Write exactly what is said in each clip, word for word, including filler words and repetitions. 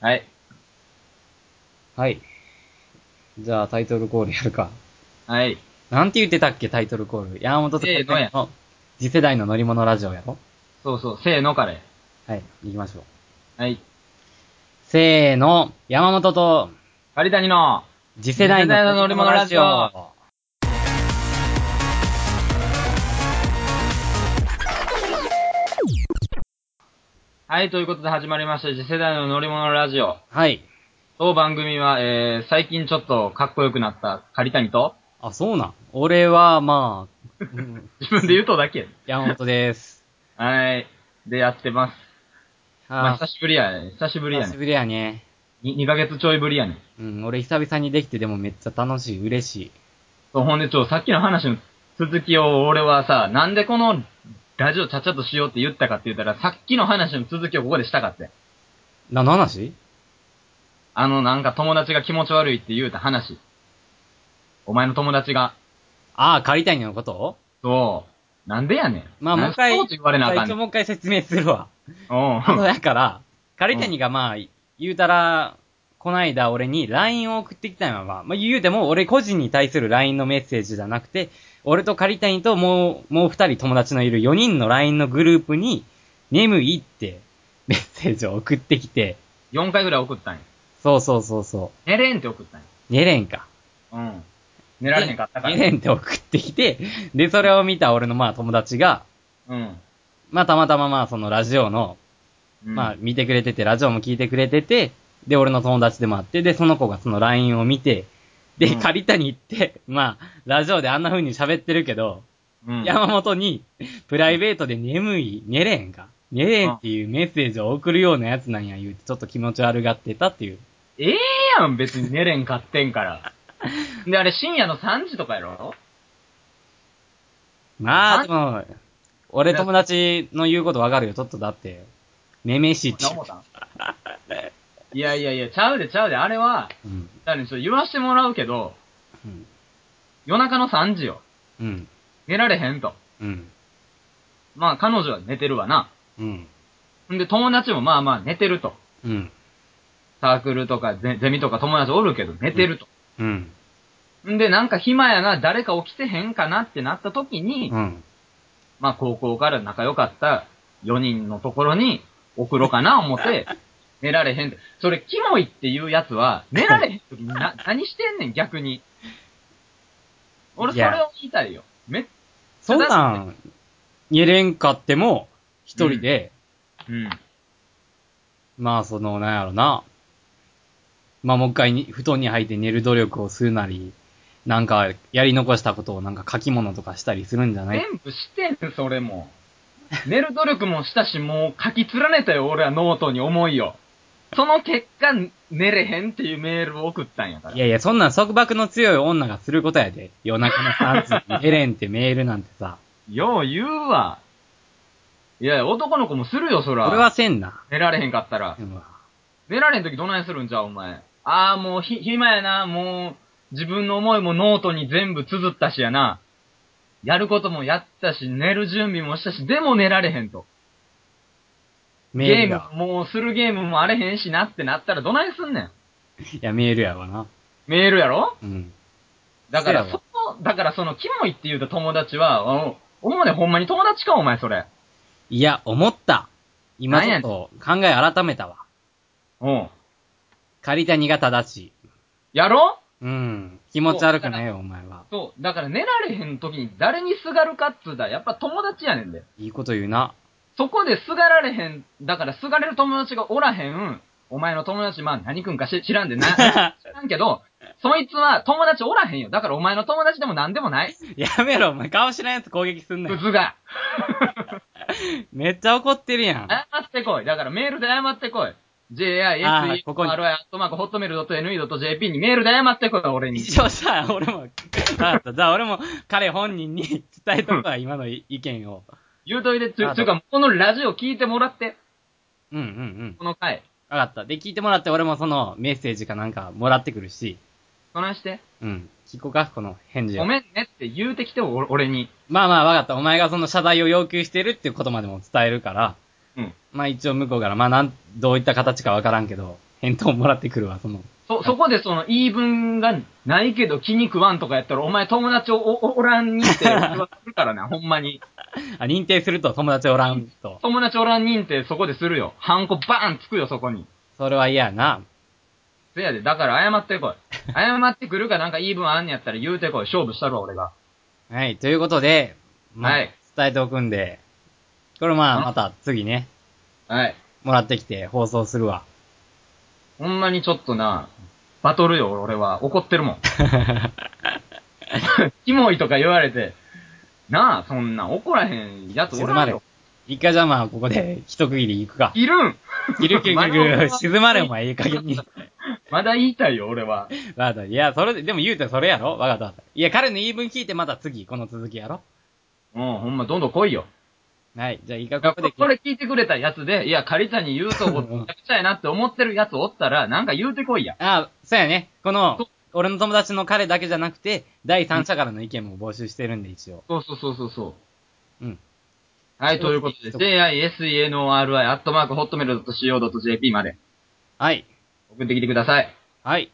はい。 はい。じゃあタイトルコールやるか。 はい。 なんて言ってたっけ、タイトルコール。山本とせーのや。 の次世代の乗り物ラジオやろ。 そうそう、せーのからや。 はい、行きましょう。 はい。 せーの、山本とカリタニの次世代の乗り物ラジオ。 はい、ということで始まりました次世代の乗り物ラジオ。 はい。 当番組は、えー、最近ちょっとかっこよくなったカリタニと、 あ、そうなん。俺は、まあ、うん、 自分で言うとだけ。 山本です。 はい。で、やってます。まあ、 あ久しぶりやね。久しぶりやね。 久しぶりやね。 に、にかげつちょいぶりやね。 うん、俺久々にできてでもめっちゃ楽しい、嬉しい。 そう、ほんでちょ、さっきの話の続きを俺はさ、なんでこのラジオちゃっちゃとしようって言ったかって言ったら、さっきの話の続きをここでしたかって。 何の話？ あの、なんか友達が気持ち悪いって言うた話。お前の友達が。 ああ、借りたいのことそう。なんでやねん。 まあ、もうなん一回、 でそうと言われなあかんねん。 一応もう一回説明するわ。 おう。 あの、だから、狩うん谷がまあ、言うたら、こないだ俺に ライン を送ってきたのは、まあ、まあ、言うても俺個人に対する ライン のメッセージじゃなくて、俺と狩谷ともう、もう二人友達のいるよにんの ライン のグループに、眠いってメッセージを送ってきて、 よんかいぐらい送ったんや。 そうそうそうそ寝れんって送ったんや。 う、寝れんか。 うん。寝られへんかったから。 寝れんって送ってきて、で、それを見た俺のまあ友達が、 うん。 まあたまたままあそのラジオの、 うん。 まあ見てくれてて、ラジオも聞いてくれてて、で、俺の友達でもあって、で、その子がその ライン を見て、で、 うん借りたに行って、まあ、ラジオであんな風に喋ってるけど、 うん。 山本に、プライベートで眠い、寝れんか。寝れんっていうメッセージを送るようなやつなんや言うて、ちょっと気持ち悪がってたっていう。 ええやん、別に寝れんかってんから。で、あれ深夜のさんじとかやろ？ まあ、 あでも、俺友達の言うことわかるよ。ちょっとだって、めめしいってな思ったん？いやいやいや、ちゃうでちゃうで、あれは、 うん。 だからちょっと言わしてもらうけど、 うん。 夜中のさんじよ。 うん。 寝られへんと。 うん。 まあ彼女は寝てるわな。 うん。 んで友達もまあまあ寝てると。 うん。 サークルとかゼゼミとか友達おるけど寝てると。 うん。 んでなんか暇やな、誰か起きてへんかなってなった時に、 うん。 まあ高校から仲良かったよにんのところに送ろうかな思って、寝られへんって。それキモいっていうやつは、寝られへん時にな、何してんねん逆に。俺それを言いたいよ。めっそんなん、寝れんかっても、一人で、 うん。 まあその、なんやろな。まあもう一回に布団に入って寝る努力をするなり、なんか、やり残したことをなんか書き物とかしたりするんじゃない？ 全部してん、それも。寝る努力もしたし、もう書き連ねたよ、俺はノートに思いを。その結果、寝れへんっていうメールを送ったんやから。 いやいや、そんなん束縛の強い女がすることやで。夜中のさんじに寝れんってメールなんてさ。 よう言うわ。いやいや、男の子もするよ、そら。 俺はせんな。 寝られへんかったら。 うわ寝られへんときどないするんじゃ、お前。ああ、もうひ、暇やな、もう、自分の思いもノートに全部綴ったしやな。やることもやったし、寝る準備もしたし、でも寝られへんと。ゲームメールや。 もうするゲームもあれへんしなってなったらどないすんねん。 いや、メールやわな。 メールやろ？ うん。 だから、 せやわその、だからその、キモいって言うた友達は、あの、思うね、ほんまに友達か、お前、それ。 いや、思った。今なんやねんちょっと考え改めたわ。 うん。 借りたにが正しい。 やろ？ うん。気持ち悪くないよ、お前は。 そう。だから寝られへん時に誰にすがるかっつうたら、やっぱ友達やねんで。 いいこと言うな。 そこですがられへん、だからすがれる友達がおらへん、お前の友達、まあ何くんかし知らんでな、知らんけど、そいつは友達おらへんよ。だからお前の友達でもなんでもない。 やめろ、お前顔知らんやつ攻撃すんなよ。 クズが。 めっちゃ怒ってるやん。 謝ってこい。だからメールで謝ってこい。ジェイアイエスイーあーここにアールワイ アットマークホットメールドットエヌイードットジェーピー にメールで謝ってこい、俺に。 一応さ、俺も、わかった。じゃあ俺も彼本人に伝えとくわ、今の意見を。 言うといて、つ、 あつうか、このラジオ聞いてもらって。 うんうんうん。 この回。 わかった。で、聞いてもらって俺もそのメッセージかなんかもらってくるし。 そないして。 うん。聞こうか、この返事を。 ごめんねって言うてきて、お俺に。 まあまあわかった。お前がその謝罪を要求してるっていうことまでも伝えるから。 うん。 まあ一応向こうから、まあなん、どういった形かわからんけど、 返答もらってくるわ、その。 そ、そこでその言い分がないけど気に食わんとかやったら、お前友達お、お、おらんにって俺はするからな、ほんまに。 あ、認定すると友達おらんと。 友達おらん認定そこでするよ。ハンコバーンつくよ、そこに。 それは嫌やな。 せやで、だから謝ってこい。謝ってくるかなんか言い分あんねやったら言うてこい。勝負したるわ、俺が。 はい、ということで、まあ、 はい伝えておくんで、これまあ、また次ね、 はい。 もらってきて放送するわ。 ほんまにちょっとな、バトルよ、俺は。怒ってるもん。キモいとか言われて、なあ、そんな怒らへんやつお静まれらんよ。。 一回じゃあまあ、ここで一区切り行くか。 いるんいるけまだる静まれお前いい加減に。 まだ言いたいよ、俺は。 わかった。いや、それで、でも言うてそれやろわかったわかった。いや、彼の言い分聞いてまた次、この続きやろもうほんまどんどん来いよ。 はい。じゃあ、いいかいやここで。 これ聞いてくれたやつで、いや、カリタに言うと、めちゃくちゃやなって思ってるやつおったら、なんか言うてこいや。 ああ、そうやね。このそ、 俺の友達の彼だけじゃなくて、第三者からの意見も募集してるんで、一応。 そうそうそうそうそう。 うん。 はい、ということで、ジェイアイエスイーエヌオーアールアイ アットマークホットメルドットシーオードットジェーピー まではい。 送ってきてください。 はい。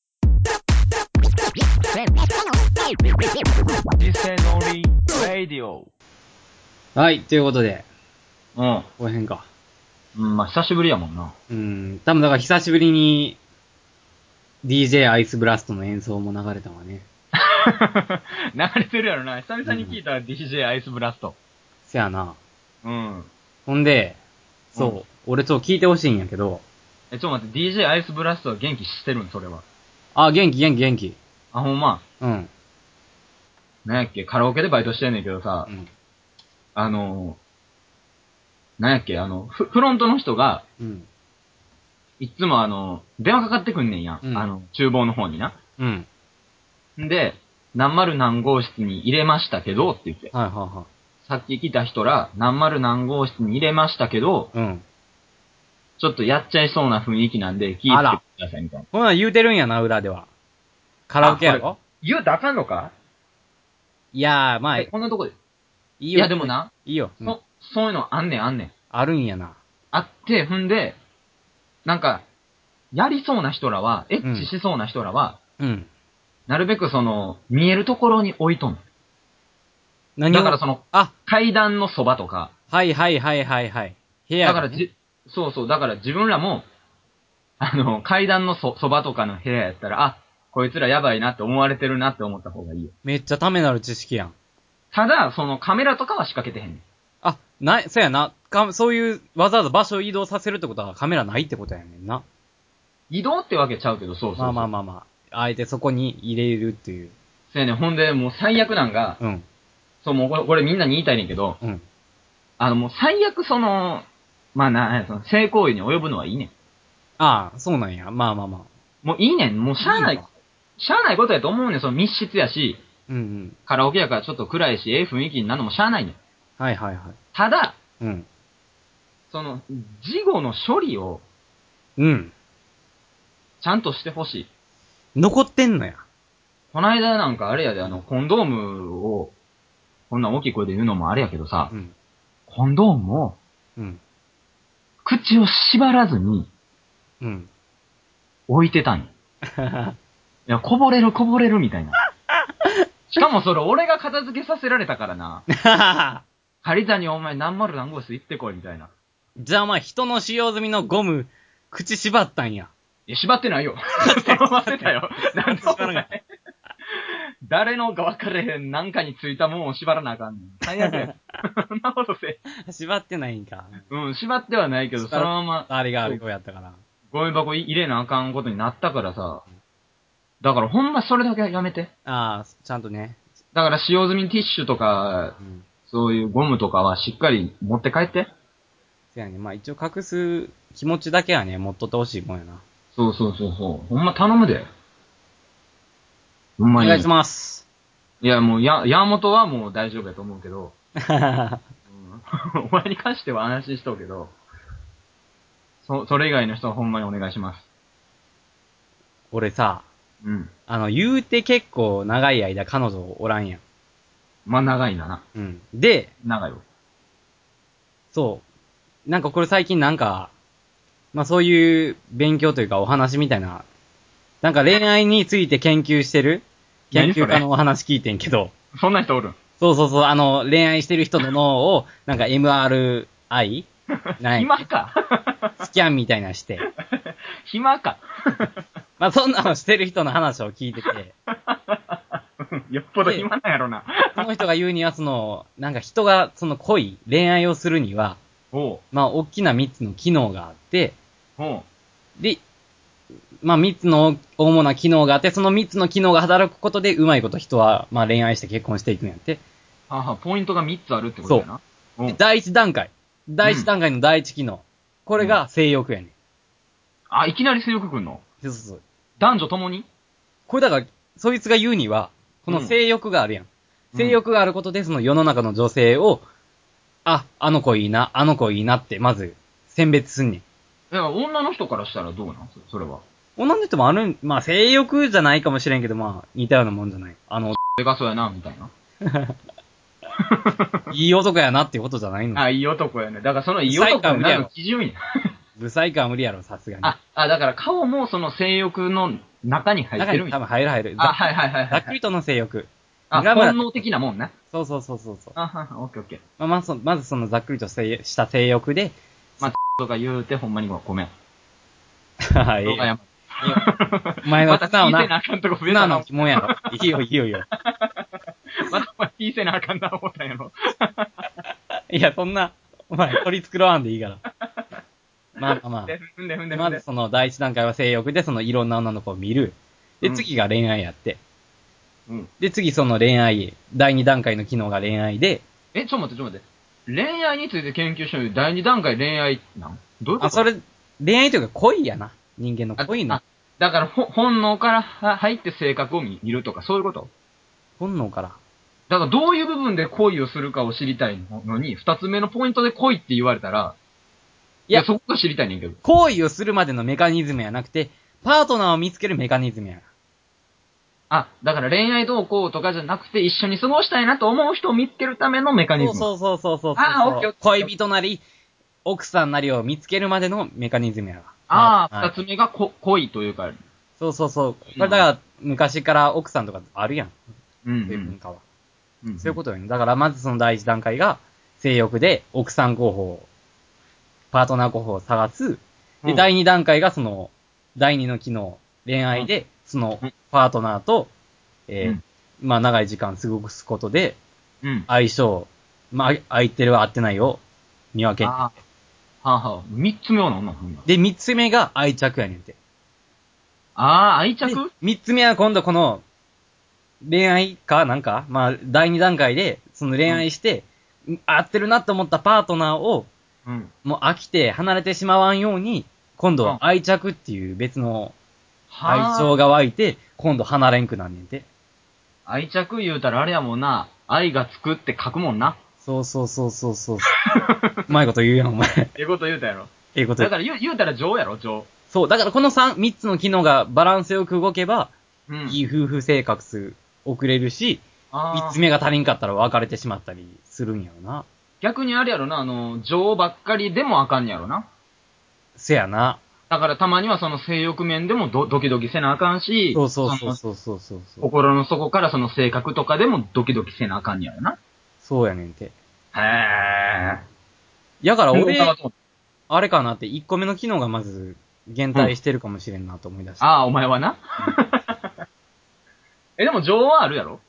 はい、ということで、 うん。 この辺か。 うん、まあ、久しぶりやもんな。 うん、多分だから久しぶりに、ディージェー アイスブラストの演奏も流れたわね。 流れてるやろな。久々に聞いた ディージェー アイスブラスト。 せやな。 うん。 ほんで、そう、 うん俺ちょっと聞いてほしいんやけど、 え、ちょっと待って、ディージェー アイスブラストは元気してるん、それは。 あ、元気元気元気。 あ、ほんま。 うん。 なんやっけ、カラオケでバイトしてんねんけどさ、 うん。 あのー、なんやっけ、あの、フフロントの人が、 うん。 いっつもあの、電話かかってくんねんや。 うんあの、厨房の方にな。 うん。 んで、何丸何号室に入れましたけど、って言って。 はいはいはさっき来た人ら、何丸何号室に入れましたけど、 い。うん。 ちょっとやっちゃいそうな雰囲気なんで、聞いてあらください、みたいな。 こんなん言うてるんやな、裏では。カラオケやあろ言うたらあかんのかいやー、まあ、 え、 いこんなとこで。 いよ。 いや、でもな、 いいよ。うんそ、そういうのあんねん、あんねん。 あるんやな。 あって、ふんで、なんか、やりそうな人らは、エッチしそうな人らは、 うん。 なるべくその、見えるところに置いとんの。 何をだからその、 あ、 階段のそばとか、 はいはいはいはいはい。部屋がね、 だからじ、そうそう、だから自分らも、あの、階段のそ、そばとかの部屋やったら、あ、こいつらやばいなって思われてるなって思った方がいいよ。 めっちゃためなる知識やん。 ただ、そのカメラとかは仕掛けてへんねん。 あ、ない、そうやな。か、そういう、わざわざ場所を移動させるってことはカメラないってことやねんな。 移動ってわけちゃうけど、そうそうそう。 まあまあまあまあ。あえてそこに入れるっていう。 そうやねん、ほんで、もう最悪なんが、 うん。 そう、もうこれ、これみんなに言いたいねんけど、 うん。 あの、もう最悪その、まあな、その性行為に及ぶのはいいねん。 ああ、そうなんや。まあまあまあ。 もういいねん。もうしゃあないいいわ、 しゃあないことやと思うねん。その密室やし、 うんうん。 カラオケやからちょっと暗いし、ええ雰囲気になるのもしゃあないねん。 はいはいはい。 ただ、 うん。 その、事後の処理をうん。 ちゃんとしてほしい。 残ってんのや。 こないだなんかあれやで、あの、コンドームを、こんな大きい声で言うのもあれやけどさ、 うん。 コンドームを、 うん。 口を縛らずにうん。 置いてたんよ。いや、こぼれるこぼれるみたいな。しかもそれ俺が片付けさせられたからな。狩谷お前何丸何号室行ってこいみたいな。 じゃあまあ人の使用済みのゴム、口縛ったんや。 いや、縛ってないよ。忘れたよ。なんでお前誰のか分かれへんなんかについたもんを縛らなあかんねん。最悪や。そんなことせ。 縛ってないんか。 うん、縛ってはないけど、そのまま、 あれがある子やったから。 ゴミ箱入れなあかんことになったからさ。だからほんまそれだけやめて。 ああ、ちゃんとね。 だから使用済みティッシュとかう、ん。 そういうゴムとかはしっかり持って帰って。 せやね。まあ一応隠す気持ちだけはね、持っとってほしいもんやな。 そうそうそうそう。ほんま頼むで。ほんまに。 お願いします。 いや、もう、や、山本はもう大丈夫やと思うけど、うん、お前に関しては安心しとうけど、そ、それ以外の人はほんまにお願いします。 俺さ、 うん。 あの、言うて結構長い間彼女おらんやん。 まあ、長いんだな。 うん。で、 長いよ。 そう。なんかこれ最近なんか、 まあそういう勉強というかお話みたいな、なんか恋愛について研究してる研究家のお話聞いてんけど、 そんな人おるん？ そうそうそう、あの、恋愛してる人の脳を、なんか エムアールアイ? なんや暇か。 スキャンみたいなして。 暇か。 まあそんなのしてる人の話を聞いてて。 よっぽど暇なんやろな。 その人が言うには、その、なんか人がその恋、恋愛をするには、 おう。 まあ大きなみっつの機能があって、 おう。 で、まあみっつの主な機能があって、そのみっつの機能が働くことで、うまいこと人は、まあ恋愛して結婚していくんやって。 はは、ポイントがみっつあるってことやな。 そう。で第一段階。第一段階の第一機能。これが性欲やねん。 あ、いきなり性欲くんの？ そうそうそう。 男女ともに？ これだから、そいつが言うには、この性欲があるやん。 うん、 性欲があることで、その世の中の女性を、あ、あの子いいな、あの子いいなって、まず、選別すんねん。 いや、女の人からしたらどうなんそれは。 女の人もあるん、まあ性欲じゃないかもしれんけど、まあ似たようなもんじゃない。あの、 でかそうやな、みたいな。 いい男やなっていうことじゃないの。 あ、いい男やね。だからそのいい男やなの基準や。 ブサイクは無理やろ、さすがに。 あ、あ、だから顔もその性欲の中に入ってるみたいな。 中に多分入る入る。 あ、はいはいはいはい。 ざっくりとの性欲。 あ、本能的なもんね。 そうそうそうそう。 あはは、オッケーオッケー。 まあ、まず、まずそのざっくりとした性欲で、 まあ、とか言うてほんまにごめん。 はい。お前の素直な、素直な疑問やろ。いいよいいよいいよ。 またお前、ピーせなあかんな思ったんやろ。 いや、そんな、お前、取り繕わんでいいから。まあまあまあ。 踏んで踏んでまずその第一段階は性欲で、そのいろんな女の子を見る。で、次が恋愛やって。 うん。 で、次その恋愛、第二段階の機能が恋愛で。 え、ちょっと待ってちょっと待って。恋愛について研究してる第二段階恋愛なんどういうこと？ あ、それ、恋愛というか恋やな。人間の恋の。 あ、だからほ、本能から入って性格を見るとか、そういうこと？ 本能から。 だからどういう部分で恋をするかを知りたいのに、二つ目のポイントで恋って言われたら、いや、いやそこが知りたいねんけど。 行為をするまでのメカニズムやなくて、パートナーを見つけるメカニズムや。 あ、だから恋愛動向とかじゃなくて一緒に過ごしたいなと思う人を見つけるためのメカニズム。 そうそうそうそうそう。 ああ、オッケーオッケー。 恋人なり、奥さんなりを見つけるまでのメカニズムや。 ああ、二つ目がこ恋というか。 そうそうそう。これだから、昔から奥さんとかあるやん。 うん、うん。 そういう文化は。 うんうん、 そういうことよね。だからまずその第一段階が、性欲で奥さん候補、パートナー候補を探す。で、うん、第二段階がその、第二の機能、恋愛で、その、パートナーと、えー、うん、まあ長い時間過ごすことで、うん、相性、まあ、合ってる合ってないを見分けて。 はあ、はあ、三つ目は何なの？ で、三つ目が愛着やねんて。 ああ、愛着？ 三つ目は今度この、恋愛かなんかまあ、第二段階で、その恋愛して、うん、合ってるなと思ったパートナーを、うん、もう飽きて離れてしまわんように、今度は愛着っていう別の愛情が湧いて、今度離れんくなんねんて。 愛着言うたらあれやもんな。愛がつくって書くもんな。 そうそうそうそうそう。うまいこと言うやん、お前。 ええこと言うたやろ。 ええこと言う。だから言う、言うたら情やろ、情。 そう、だからこの三、三つの機能がバランスよく動けば、うん、いい夫婦生活送れるし、三つ目が足りんかったら別れてしまったりするんやろな。 逆にあれやろな、あの、情ばっかりでもあかんやろな。 せやな。 だからたまにはその性欲面でもドドキドキせなあかんし、 そうそうそうそうそうそう心の底からその性格とかでもドキドキせなあかんやろな。 そうやねんて。 へー。 やから俺、あれかなって、一個目の機能がまず、減退してるかもしれんなと思い出した。 うん、ああ、お前はな。うん、え、でも情はあるやろ？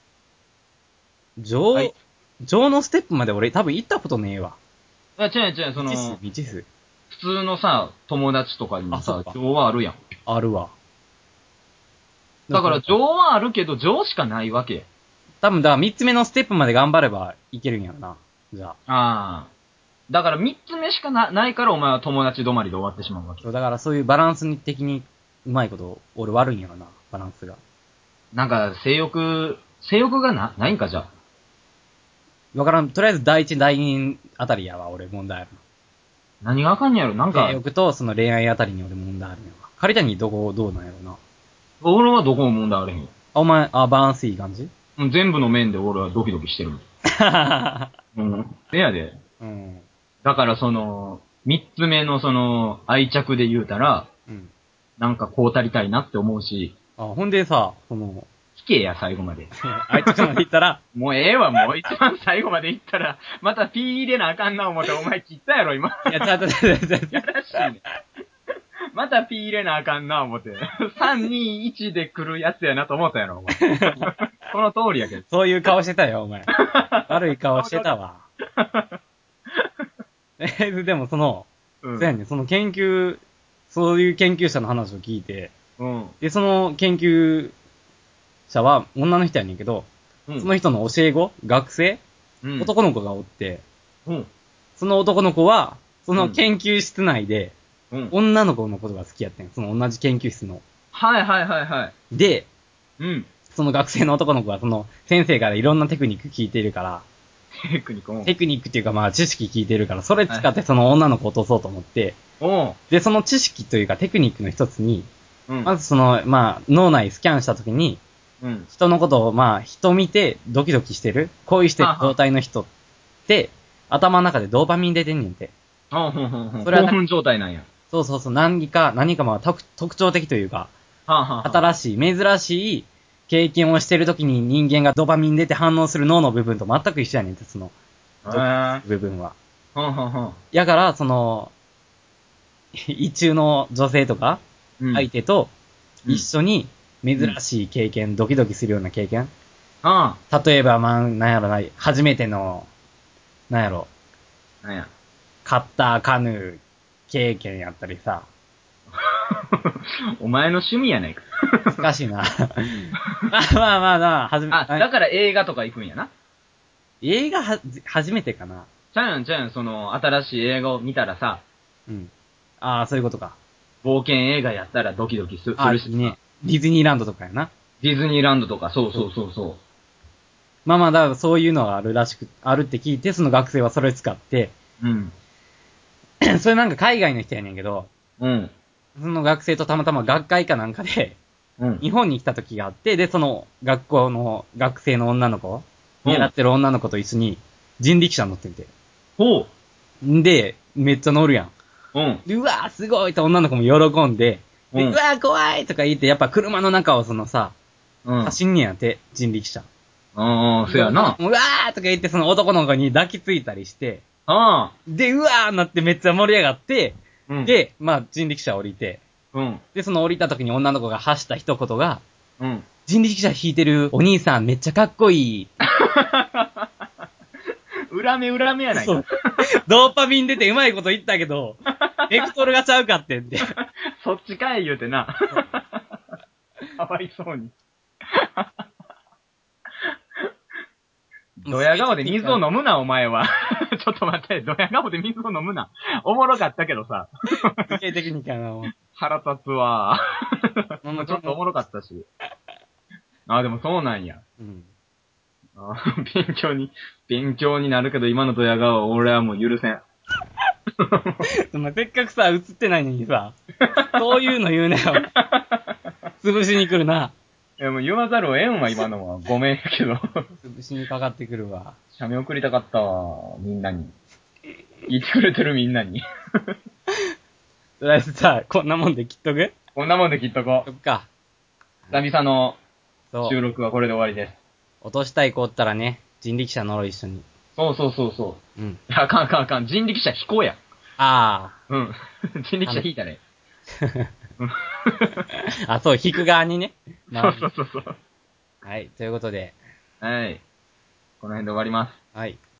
情、はい、情のステップまで俺多分行ったことねえわ。 いや、違う違う、その、 未知数、未知数。 普通のさ、友達とかにもさ、情はあるやん。 あるわ。 だから情はあるけど、情しかないわけ。 多分、だから三つ目のステップまで頑張ればいけるんやろな。じゃあ。ああ。だから三つ目しかな、ないからお前は友達止まりで終わってしまうわけ。 そう、だからそういうバランス的にうまいこと、俺悪いんやろな、バランスが。 なんか、性欲、性欲がな、ないんかじゃあ。 わからん。とりあえず第一、第二あたりやわ、俺問題あるの。 何があかんやろなんか。 性欲とその恋愛あたりに俺問題あるんやわ。借りたにどこ、どうなんやろな。 俺はどこも問題あれへんよ。 あ、お前、あ、バランスいい感じ？ 全部の面で俺はドキドキしてる。うん。でやで。うん。だからその、 三つ目のその、愛着で言うたら、 うん。 なんかこう足りたいなって思うし、 あ、ほんでさ、その、 聞けや、最後まで。 あいつまで言ったら、 もうええわ、もう一番最後まで言ったら、またピー入れなあかんな思って、お前切ったやろ、今。 いや、ちゃんと、ちゃんと、ちゃんと、 やらしいね。またピー入れなあかんな思って。さん、に、いちで来るやつやなと思ったやろ、お前。この通りやけど。 そういう顔してたよ、お前。悪い顔してたわ。え、でもその、 うん。 そうやねん、その研究、そういう研究者の話を聞いて、 うん。 で、その研究者は女の人やねんけど、 うん。 その人の教え子、学生、 うん。 男の子がおって、 うん。 その男の子は、その研究室内で、 うん。 女の子のことが好きやってん。その同じ研究室の。 はいはいはいはい。 で、 うん。 その学生の男の子はその先生からいろんなテクニック聞いてるから、 テクニック、うん。 テクニックっていうかまあ知識聞いてるから、それ使ってその女の子を落とそうと思って、 おう。 で、その知識というかテクニックの一つに、 うん。 まずその、まあ、脳内スキャンしたときに、 うん。 人のことを、まあ、人見てドキドキしてる、恋してる状態の人って、頭の中でドーパミン出てんねんて。 ああ、ほんほんほん。 それは興奮状態なんや。 そうそうそう、何か、何かまあ特特徴的というか、 はあ、はあはあ、 新しい、珍しい経験をしてるときに人間がドーパミン出て反応する脳の部分と全く一緒やねんて、その、 へえ。 部分は。 はんはんはん。 やから、その、意中の女性とか、 うん。 相手とうん一緒に珍しい経験、ドキドキするような経験。 あ例えば、まあ、なんやろな、初めての、なんやろ、 あ。なんや。 カッターカヌー経験やったりさ。 お前の趣味やないか。 難しいな。まあまあまあな、はじめ、 あ、だから映画とか行くんやな。 映画は、初めてかな。 ちゃうやんちゃうやん、その、新しい映画を見たらさ、 うん。ああ、そういうことか。 冒険映画やったらドキドキすすあるし、 ね。ディズニーランドとかやな。 ディズニーランドとか、そうそうそうそまあまあ、だからそういうのがあるらしく、あるって聞いて、その学生はそれ使って、 う。うん。 それなんか海外の人やねんけど、 うん。 その学生とたまたま学会かなんかで、 うん。 日本に来た時があって、で、その学校の学生の女の子、 うん狙ってる女の子と一緒に人力車乗ってみて。 ほんで、めっちゃ乗るやん。 う。うん。 でうわーすごいと女の子も喜んで、で、 ううんわー怖いとか言って、やっぱ車の中をそのさ、 うん。 走んねやんて、人力車。 ああ、そやな。 うわーとか言ってその男の子に抱きついたりして、 ああ。 で、うわーなってめっちゃ盛り上がって、 うん。、 で、まあ人力車降りて、 うん。 で、その降りた時に女の子が発した一言が、 うん。 人力車引いてるお兄さんめっちゃかっこいい。 裏目裏目やないかそう。。ドーパミン出てうまいこと言ったけど、ベクトルがちゃうかってんで。 そっちかい言うてな。かわいそうに。ドヤ顔で水を飲むな、お前は。ちょっと待って、ドヤ顔で水を飲むな。おもろかったけどさ。 理系テクニックやな、もう。 腹立つわ。 まあまあちょっとおもろかったし。あ、でもそうなんや。 うん。 あ勉強に、勉強になるけど今のドヤ顔は俺はもう許せん。 お前せっかくさ、映ってないのにさ、そういうの言うなよ。潰しに来るな。 いやもう言わざるを得んわ、今のは。ごめんやけど。 潰しにかかってくるわ。 写メ送りたかったわ、みんなに。聞いてくれてるみんなに。 とりあえずさ、こんなもんで切っとくこんなもんで切っとこう。 そっか。 久々のそう。 収録はこれで終わりです。 落としたい子おったらね、人力車乗ろう一緒に。 そうそうそうそう。 うん。 あかんあかんあかん。人力車引こうや。 あうん。人力車引いたね。 あ。あ、そう、引く側にね。 そうそうそうそう。 はい、ということで、 はい。この辺で終わります。 はい。